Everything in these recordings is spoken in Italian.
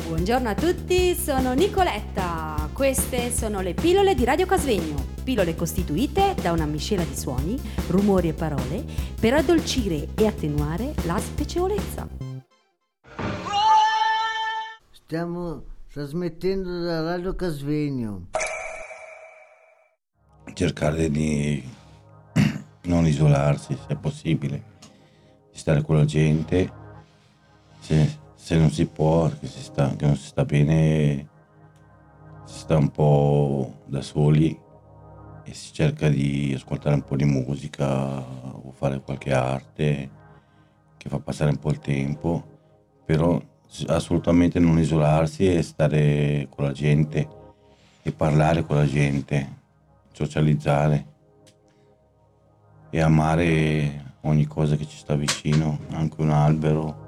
Buongiorno a tutti, sono Nicoletta. Queste sono le pillole di Radio Casvegno. Pillole costituite da una miscela di suoni, rumori e parole per addolcire e attenuare la spiacevolezza. Stiamo trasmettendo da Radio Casvegno. Cercare di non isolarsi se è possibile, di stare con la gente, se non si può, che non si sta bene, si sta un po' da soli e si cerca di ascoltare un po' di musica o fare qualche arte che fa passare un po' il tempo, però assolutamente non isolarsi e stare con la gente e parlare con la gente, socializzare e amare ogni cosa che ci sta vicino, anche un albero,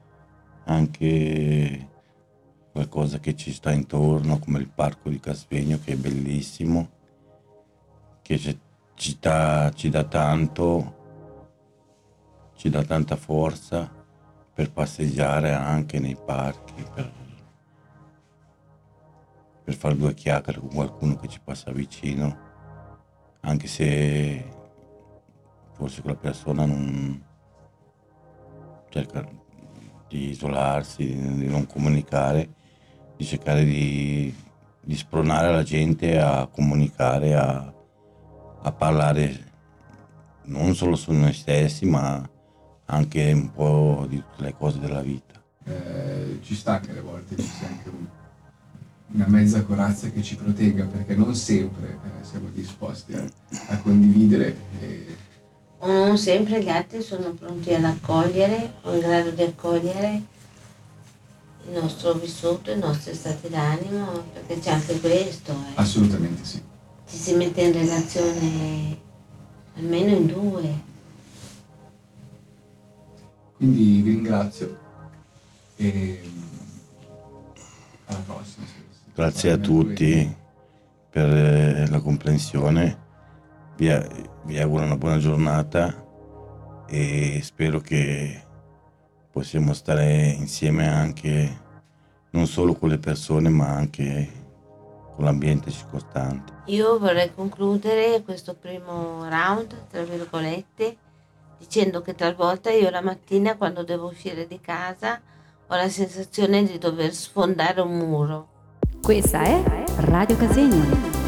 anche qualcosa che ci sta intorno, come il parco di Casvegno, che è bellissimo, che ci dà tanta forza per passeggiare anche nei parchi, per fare due chiacchiere con qualcuno che ci passa vicino, anche se forse quella persona non cerca di isolarsi, di non comunicare, di cercare di spronare la gente a comunicare, a parlare non solo su noi stessi, ma anche un po' di tutte le cose della vita. Ci sta che alle volte ci sia anche una mezza corazza che ci protegga, perché non sempre siamo disposti a condividere. Non sempre gli altri sono pronti ad accogliere o in grado di accogliere il nostro vissuto, i nostri stati d'animo, perché c'è anche questo. Assolutamente sì. Ci si mette in relazione almeno in due. Quindi vi ringrazio e alla prossima. Grazie a tutti per la comprensione. Vi auguro una buona giornata e spero che possiamo stare insieme anche non solo con le persone ma anche con l'ambiente circostante. Io vorrei concludere questo primo round, tra virgolette, dicendo che talvolta io la mattina quando devo uscire di casa ho la sensazione di dover sfondare un muro. Questa è Radio Casvegno.